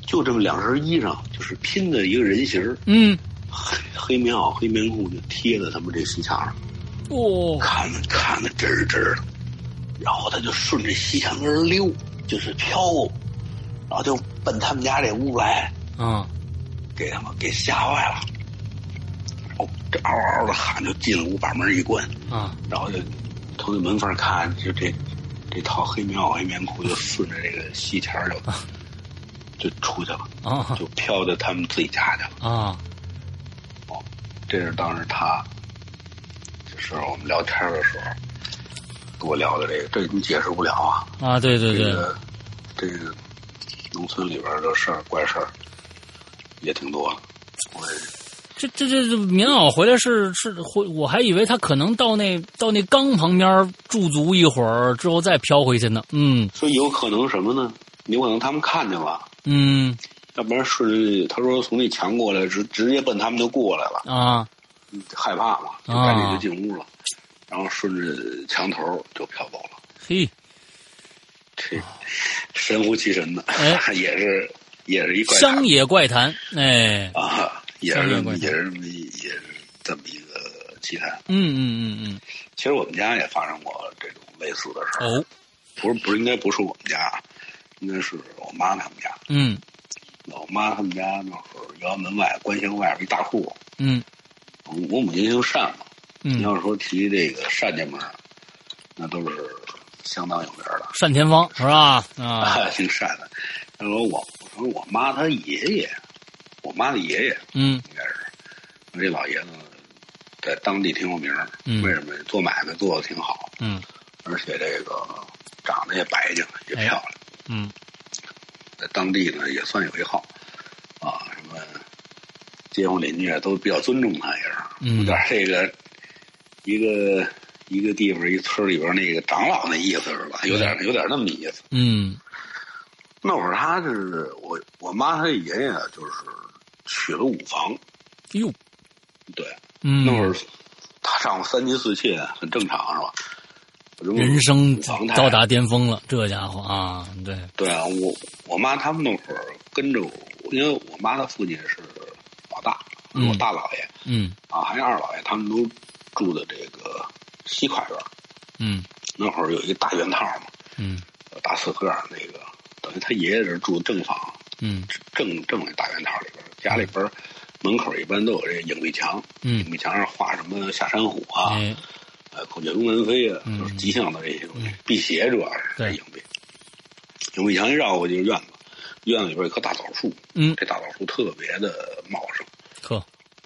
就这么两身衣裳，就是拼的一个人形儿。 嗯， 黑黑棉袄、黑棉裤就贴在他们这西墙上。 哦， 看着看着真儿真儿的，然后他就顺着西墙根儿溜，就是飘，然后就奔他们家这屋来。 嗯， 给他们给吓坏了。哦，这嗷嗷的喊，就进了屋，把门一关。 啊， 然后就从那门缝看，就这这套黑棉袄、黑棉裤就顺着这个西墙就、啊、就出去了。啊，就飘到他们自己家去了。啊，哦，这是当时他。就是我们聊天的时候跟我聊的这个，这你解释不了啊！ 啊，对对对， 这个这个农村里边的事儿、怪事儿也挺多。我这这这这棉袄回来是是回，我还以为他可能到那到那缸旁边驻足一会儿之后再飘回去呢。嗯， 所以有可能什么呢？有可能他们看见了。 嗯， 要不然顺他说从那墙过来，直直接奔他们就过来了啊。害怕嘛，就赶紧就进屋了，啊、然后顺着墙头就飘走了。 嘿， 这神乎其神的，哎、也是也是一怪乡野怪谈，哎啊，也是也是也是这么一个奇谈。 嗯嗯嗯嗯， 其实我们家也发生过这种类似的事儿。 哦， 不是不是，应该不是我们家，应该是我妈他们家。 嗯， 我妈他们家那会儿园门外官乡外边一大户。 嗯。 我母亲姓单嘛， 嗯， 你要是说提这个单家门，那都是相当有名的。 单田芳是吧？啊， 姓单的。他说我，我说我妈她爷爷，我妈的爷爷， 嗯， 应该是，这老爷子在当地挺有名。 嗯， 为什么？做买卖做的挺好。 嗯， 而且这个长得也白净，也漂亮。 嗯， 在当地呢也算有一号，啊，什么。街坊邻居都比较尊重他，也是有点这个一个一个地方一村里边那个长老那意思是吧？有点有点那么意思。 嗯， 那会儿他是我我妈她爷爷就是娶了五房。 哟， 对， 嗯， 那会儿他丈夫三妻四妾很正常是吧？ 人生到达巅峰了，这家伙啊，对对啊，我我妈他们那会儿跟着我，因为我妈的父亲是。大，我大姥爷， 嗯啊，还有二姥爷，他们都住的这个西跨院， 嗯， 那会儿有一个大院套嘛， 嗯， 大四合那个，等于他爷爷是住正房， 嗯， 正正那大院套里边，家里边门口一般都有这影壁墙， 嗯， 影壁墙上画什么下山虎啊， 哎、 呃，孔雀东南飞啊， 嗯、 就是吉祥的这些东西， 嗯、 辟邪主要是这影壁，影壁墙一绕过就是院子。院子里边有棵大枣树， 嗯， 这大枣树特别的茂盛， 呵，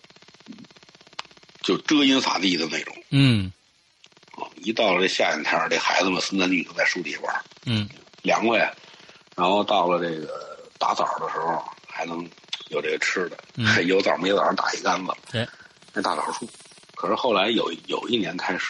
就遮阴洒地的那种， 嗯， 啊，一到了这夏天天，这孩子们孙子女都在树底玩， 嗯， 凉快，然后到了这个打枣的时候，还能有这个吃的， 嗯、 有枣没枣打一竿子， 哎， 那大枣树，可是后来有有一年开始，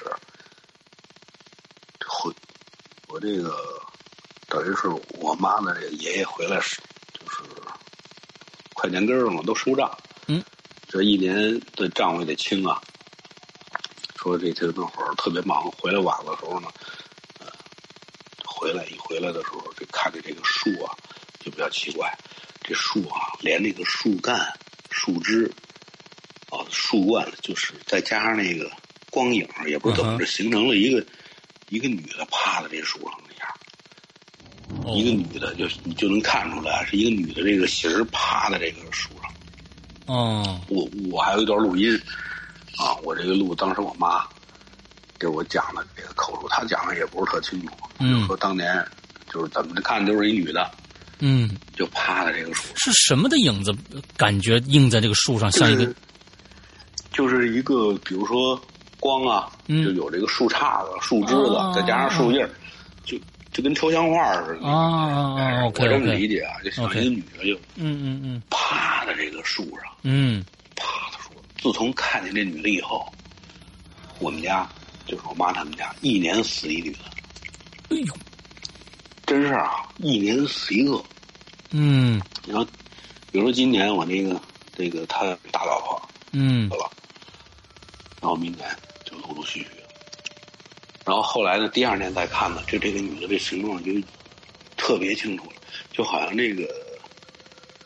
回我这个。等于是我妈的这个爷爷回来是，就是快年根了嘛，都收账。 嗯， 这一年的账也得清啊。说这这那会儿特别忙，回来晚的时候呢，呃，回来一回来的时候，就看着这个树啊，就比较奇怪。这树啊，连那个树干、树枝啊、树冠，就是再加上那个光影，也不知道怎么着，形成了一个、嗯、一个女的趴在这树上。一个女的就你就能看出来是一个女的，这个形儿趴在这个树上。 哦， 我我还有一段录音啊，我这个录当时我妈给我讲的这个口述，她讲的也不是特清楚， 嗯， 就说当年就是怎么看就是一女的， 嗯， 就趴在这个树上。 是什么的影子？感觉映在这个树上，像一个， 就是、就是一个比如说光啊， 嗯、 就有这个树杈子、树枝子，啊、再加上树叶，啊、就。就跟抽象画似的啊！我这么理解啊，就像一个女的就嗯嗯嗯趴在这个树上， 嗯， 趴在树上。自从看见这女的以后，我们家就是我妈他们家一年死一女的。 哎呦， 真是啊，一年死一个。 嗯， 然后比如说今年我那个这个他大老婆， 嗯， 对吧？然后明年就陆陆续续。然后后来呢，第二年再看呢，就这个女的这形状就特别清楚了，就好像这个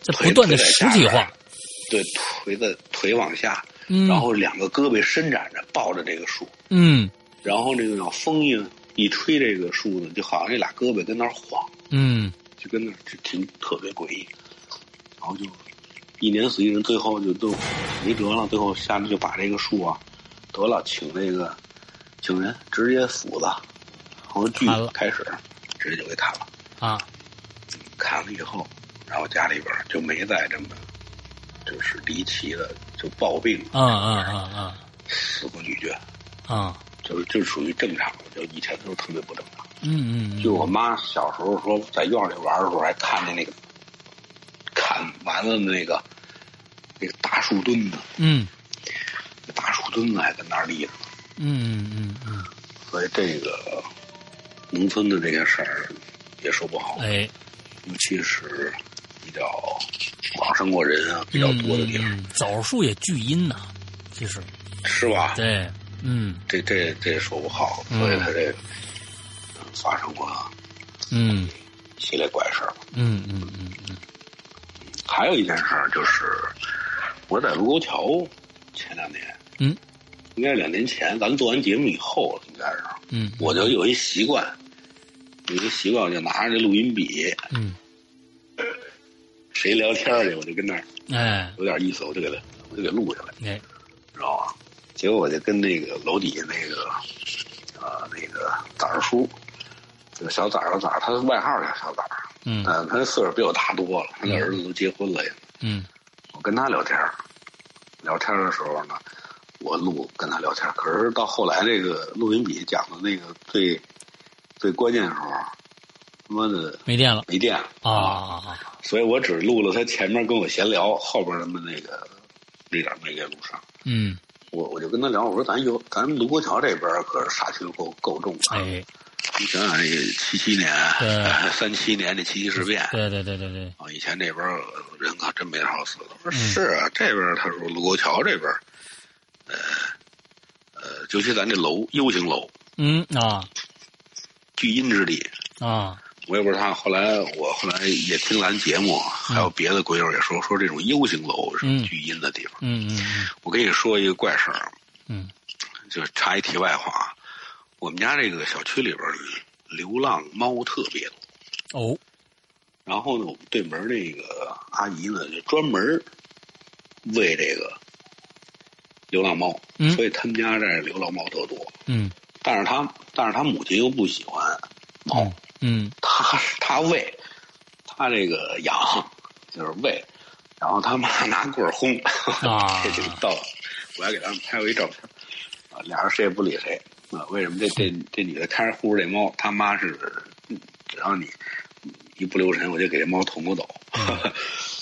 在不断的实体化。 对，腿的腿往下， 嗯， 然后两个胳膊伸展着抱着这个树， 嗯， 然后这个风一一吹这个树呢，就好像这俩胳膊跟那儿晃， 嗯， 就跟那儿就挺特别诡异，然后就一年死一人，最后就都没辙了，最后下来就把这个树啊得了，请那个请人直接斧子，然后锯开始直接就给砍了啊， 砍了以后，然后家里边就没再这么。就是离奇的，就暴病啊啊啊啊， 死不拒绝啊， 就是就是属于正常的，就以前都特别不正常。 嗯嗯， 就我妈小时候说在院里玩的时候，还看见那个砍完了那个那个大树墩子， 嗯， 大树墩子还在那儿立着， 嗯嗯嗯， 所以这个农村的这些事儿也说不好， 哎， 尤其是比较往生过人啊比较多的地方， 嗯嗯、枣树也聚阴呐、啊，其实是吧？ 对，嗯， 这这这说不好， 嗯、 所以他这、嗯、发生过嗯一系列怪事儿。 嗯嗯嗯嗯。 还有一件事儿就是我在卢沟桥前两年， 嗯， 应该是两年前，咱们做完节目以后了，应该是， 嗯， 我就有一习惯，有一个习惯，我就拿着这录音笔， 嗯。 谁聊天去，我就跟那儿， 哎， 有点意思，我就给他，我就给录下来， 哎， 知道吧？结果我就跟那个楼底下那个，呃，那个崽儿叔，这个小崽儿，崽儿，他的外号叫小崽儿， 嗯， 呃，他岁数比我大多了，他的儿子都结婚了也， 嗯， 我跟他聊天，聊天的时候呢，我录跟他聊天，可是到后来这个录音笔讲的那个最最关键的时候。他妈的没电了， 没电了啊！ 所以我只录了他前面跟我闲聊，后边他们那个那点没给录上。 嗯， 我我就跟他聊，我说咱有咱卢沟桥这边可是杀气够够重的。 哎， 你想想这个七七年、三七年这七七事变， 对对对对对， 啊，以前这边人可真没少死的。我说是啊，这边他说卢沟桥这边，呃呃，尤其咱这楼 U 型楼， 嗯啊， 聚阴之地啊。 我也不知道，后来我后来也听咱节目，还有别的鬼友也说说这种 U 型楼是聚阴的地方。 嗯嗯嗯。 我跟你说一个怪事儿， 嗯， 就插一题外话，我们家这个小区里边流浪猫特别多。 哦。 然后呢，我们对门那个阿姨呢，就专门喂这个流浪猫， 嗯， 所以他们家这流浪猫特多。 嗯。 但是他但是他母亲又不喜欢猫。 嗯嗯， 他他喂，他这个养就是喂，然后他妈拿棍儿轰， 啊， 这就到了。我还给他们拍过一照片，啊，俩人谁也不理谁啊？为什么这这这女的看着护着这猫，他妈是只要你一不留神，我就给这猫捅个斗。嗯、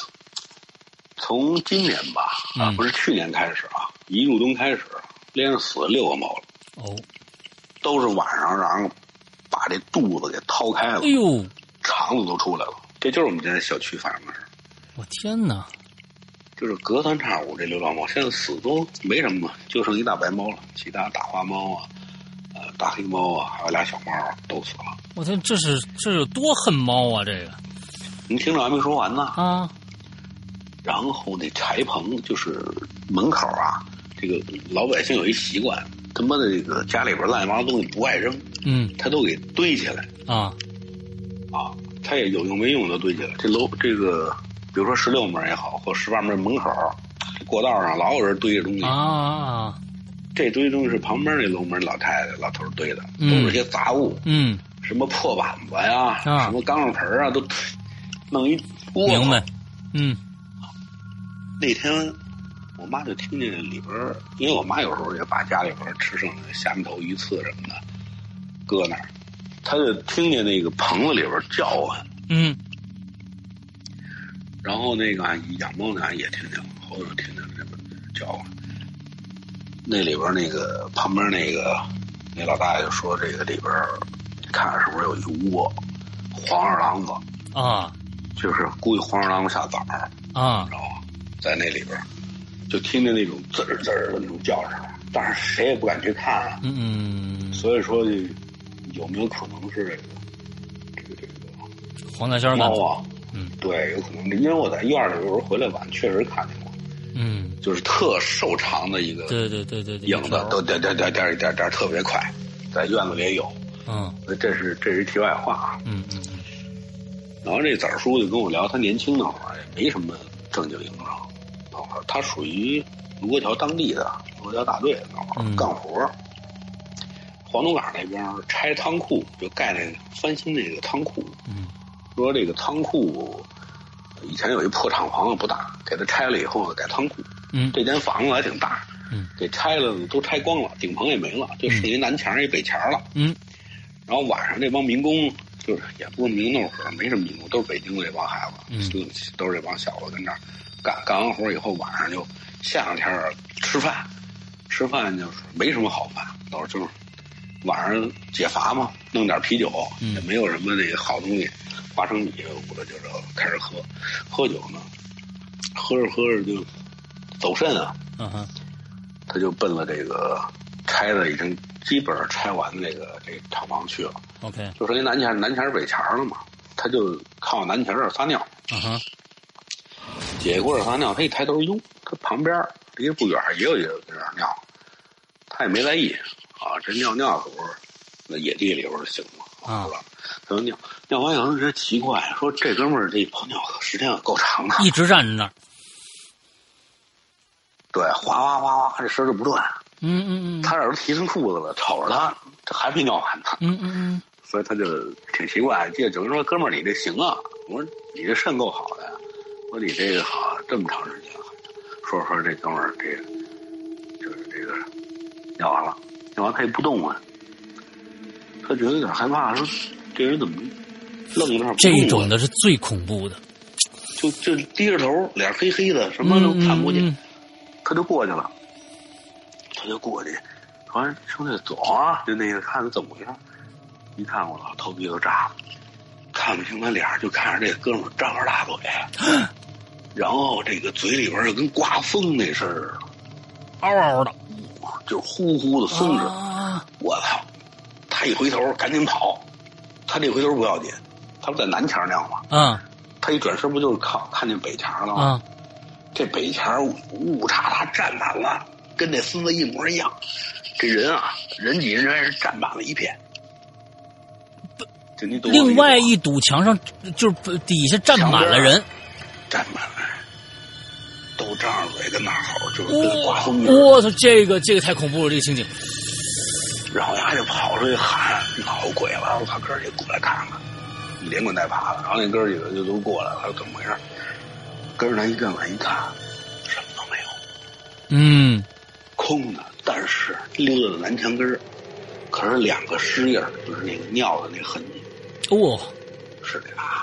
从今年吧，啊，不是去年开始啊，一入冬开始，连着死了六个猫了。 哦， 都是晚上让人把这肚子给掏开了， 哎呦， 肠子都出来了。这就是我们这小区发生的事。 我天哪！ 就是隔三差五这流浪猫，现在死都没什么，就剩一大白猫了，其他大花猫啊、呃大黑猫啊，还有俩小猫都死了。 我天，这是这有多恨猫啊！这个， 您听着还没说完呢啊。 然后那柴棚就是门口啊，这个老百姓有一习惯。他妈的这个家里边乱七八糟东西不爱扔， 嗯， 他都给堆起来啊啊，他也有用没用都堆起来。这楼这个，比如说十六门也好，或十八门门口，这过道上老有人堆着东西啊啊！ 这堆东西是旁边那楼门老太太老头堆的， 嗯、 都是些杂物， 嗯， 什么破板子呀， 啊、 什么钢肉盆啊，都弄一窝。 明白，嗯。 那天。我妈就听见里边，因为我妈有时候也把家里边吃剩的虾米头、鱼刺什么的搁那儿，她就听见那个棚子里边叫唤， 嗯， 然后那个养猫的也听见了，后头听见这个叫唤，那里边那个旁边那个那老大爷说，这个里边看是不是有一窝黄二郎子啊， 就是估计黄二郎子下崽儿啊， 知道吗？在那里边。就听见那种滋儿滋儿的那种叫声，但是谁也不敢去看啊。 嗯， 所以说有没有可能是这个这个这个黄大仙猫啊嗯， 对，有可能，因为我在院里有时候回来晚，确实看见过。 嗯， 就是特瘦长的一个， 对对对对对， 影子都点点点点点点特别快，在院子里也有。 嗯， 这是这是题外话啊。 嗯嗯嗯。 然后这子儿叔就跟我聊，他年轻那会儿也没什么正经营生，那会儿他属于卢沟桥当地的卢沟桥大队那会儿干活。黄土岗那边拆仓库，就盖那个翻新那个仓库。 嗯， 说这个仓库以前有一破厂房子不大，给它拆了以后改仓库。 嗯， 这间房子还挺大。 嗯， 给拆了都拆光了，顶棚也没了，就剩一南墙一北墙了。 嗯， 然后晚上这帮民工就是也不明弄活，没什么民工，都是北京的这帮孩子， 嗯， 都是这帮小子跟这儿干干完活以后，晚上就夏两天吃饭，吃饭就是没什么好饭，都是就是晚上解乏嘛，弄点啤酒， 嗯， 也没有什么那个好东西，花生米捂了就开始喝，喝酒呢，喝着喝着就走肾啊， 嗯哼， 他就奔了这个拆的已经基本上拆完那个这厂房去了。 OK， 就说一南墙南墙是北墙了嘛，他就靠南墙这儿撒尿。 嗯哼， 解过这撒尿，他一抬头，哟，他旁边离着不远也有一个在那儿尿，他也没在意啊。这尿尿的时候，那野地里边就行了啊。他说尿尿完以后觉得奇怪，说这哥们儿这泡尿时间够长的， 一直站在那儿。 对，哗哗哗哗，这声就不断。 嗯嗯嗯， 他这都提上裤子了，瞅着他，这还没尿完呢。 嗯嗯嗯， 所以他就挺奇怪，记得整个说哥们儿你这行啊，我说你这肾够好的呀，我说你这个好这么长时间了，说说这哥们儿这个就是这个尿完了，尿完他也不动啊，他觉得有点害怕，说这人怎么愣在那儿不动啊？ 这种的是最恐怖的， 就就低着头，脸黑黑的，什么都看不见，嗯嗯嗯，他就过去了。他就过去，说：“兄弟，走啊！”就那个看他怎么回事，一看我操，头皮都炸了，看不清他脸，就看着这哥们儿张着大嘴，然后这个嘴里边就跟刮风那声儿， 嗷嗷的， 就呼呼的风着。 啊、 我操！他一回头赶紧跑，他这回头不要紧，他不在南墙尿吗？ 嗯， 他一转身不就是靠看见北墙了吗？嗯，这北墙雾叉叉站满了。跟那孙子一模一样，这人啊，人挤人还是站满了一片。就你懂。 另外一堵墙上，就是底下站满了人， 站满了，都张着嘴跟那吼，就是跟刮风。 我操，这个这个太恐怖了，这个情景。 然后丫就跑出去喊：“闹鬼了！”我操，哥儿几个过来看看，连滚带爬的。然后那哥儿几个就都过来了，说怎么回事？哥儿咱一跟完一看，什么都没有。 嗯。 空的，但是溜到南墙根儿，可是两个尸印，就是那个尿的那痕迹。 哦， 是俩，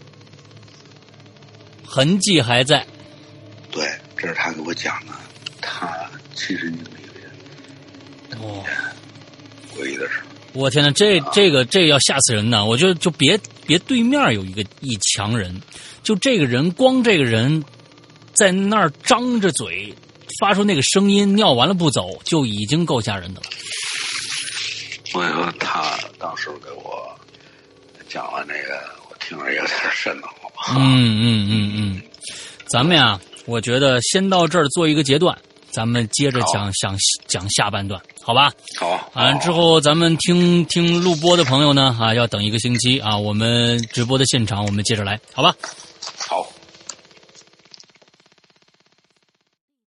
痕迹还在。 对，这是他给我讲的，他亲身经历的。 哦， 诡异的事。 我天哪，这这个这个要吓死人呐！我觉得就别别对面有一个一墙人，就这个人光这个人在那儿张着嘴。发出那个声音，尿完了不走，就已经够吓人的了。 我说他当时给我讲完那个，我听着有点瘆得慌。 嗯嗯嗯嗯，咱们呀，我觉得先到这儿做一个截断，咱们接着讲讲讲下半段，好吧？ 好啊。 完之后，咱们听听录播的朋友呢，啊，要等一个星期啊，我们直播的现场我们接着来，好吧？